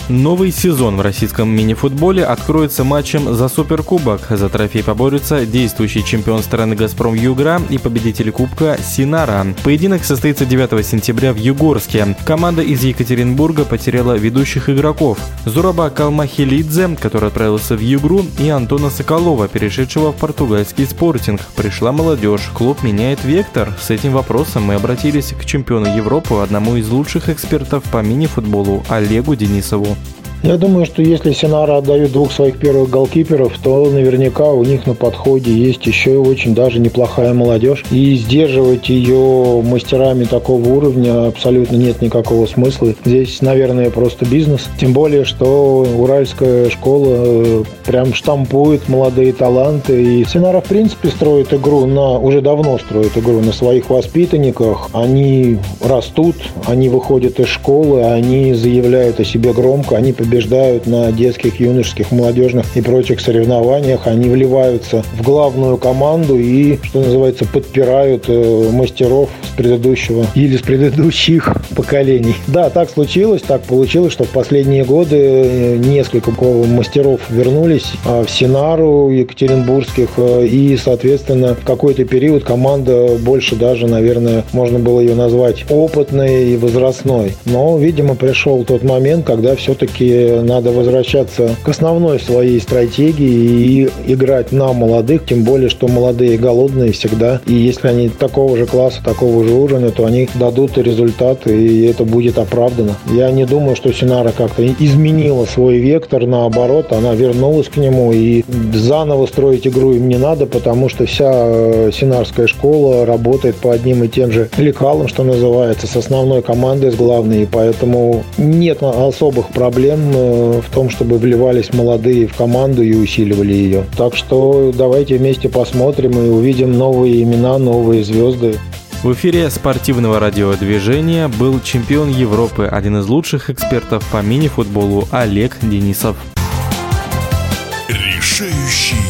Новый сезон в российском мини-футболе откроется матчем за Суперкубок. За трофей поборются действующий чемпион страны «Газпром Югра» и победитель Кубка «Синара». Поединок состоится 9 сентября в Югорске. Команда из Екатеринбурга потеряла ведущих игроков: Зураба Калмахилидзе, который отправился в Югру, и Антона Соколова, перешедшего в португальский «Спортинг». Пришла молодежь, клуб меняет вектор. С этим вопросом мы обратились к чемпиону Европы, одному из лучших экспертов по мини-футболу Олегу Денисову. Я думаю, что если Синара отдают двух своих первых голкиперов, то наверняка у них на подходе есть еще и очень даже неплохая молодежь. И сдерживать ее мастерами такого уровня абсолютно нет никакого смысла. Здесь, наверное, просто бизнес. Тем более, что уральская школа прям штампует молодые таланты. И Синара, в принципе, уже давно строит игру на своих воспитанниках. Они растут, они выходят из школы, они заявляют о себе громко, они побеждают на детских, юношеских, молодежных и прочих соревнованиях. Они вливаются в главную команду и, что называется, подпирают мастеров с предыдущего или с предыдущих поколений. Да, так случилось, так получилось, что в последние годы несколько мастеров вернулись в Синару екатеринбургских, и, соответственно, в какой-то период команда больше даже, наверное, можно было ее назвать опытной и возрастной. Но, видимо, пришел тот момент, когда все-таки надо возвращаться к основной своей стратегии и играть на молодых, тем более, что молодые голодные всегда. И если они такого же класса, такого же уровня, то они дадут результат, и это будет оправдано. Я не думаю, что Синара как-то изменила свой вектор, наоборот, она вернулась к нему, и заново строить игру им не надо, потому что вся синарская школа работает по одним и тем же лекалам, что называется, с основной командой, с главной, и поэтому нет особых проблем в том, чтобы вливались молодые в команду и усиливали ее. Так что давайте вместе посмотрим и увидим новые имена, новые звезды. В эфире спортивного радиодвижения был чемпион Европы, один из лучших экспертов по мини-футболу Олег Денисов. Решающий